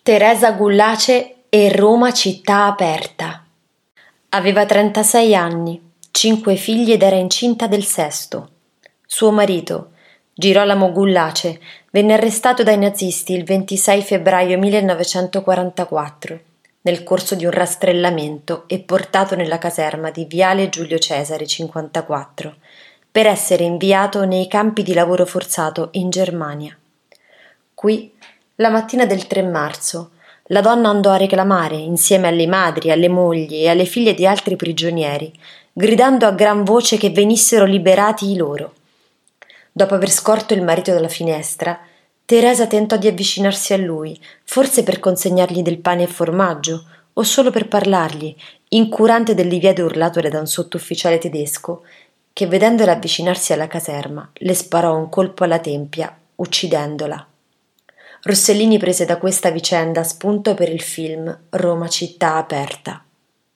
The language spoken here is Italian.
Teresa Gullace e Roma città aperta. Aveva 36 anni, 5 figli ed era incinta del sesto. Suo marito, Girolamo Gullace, venne arrestato dai nazisti il 26 febbraio 1944 nel corso di un rastrellamento e portato nella caserma di Viale Giulio Cesare 54 per essere inviato nei campi di lavoro forzato in Germania. Qui, la mattina del 3 marzo, la donna andò a reclamare, insieme alle madri, alle mogli e alle figlie di altri prigionieri, gridando a gran voce che venissero liberati i loro. Dopo aver scorto il marito dalla finestra, Teresa tentò di avvicinarsi a lui, forse per consegnargli del pane e formaggio, o solo per parlargli, incurante del divieto urlatole da un sottufficiale tedesco, che vedendola avvicinarsi alla caserma le sparò un colpo alla tempia, uccidendola. Rossellini prese da questa vicenda spunto per il film Roma città aperta.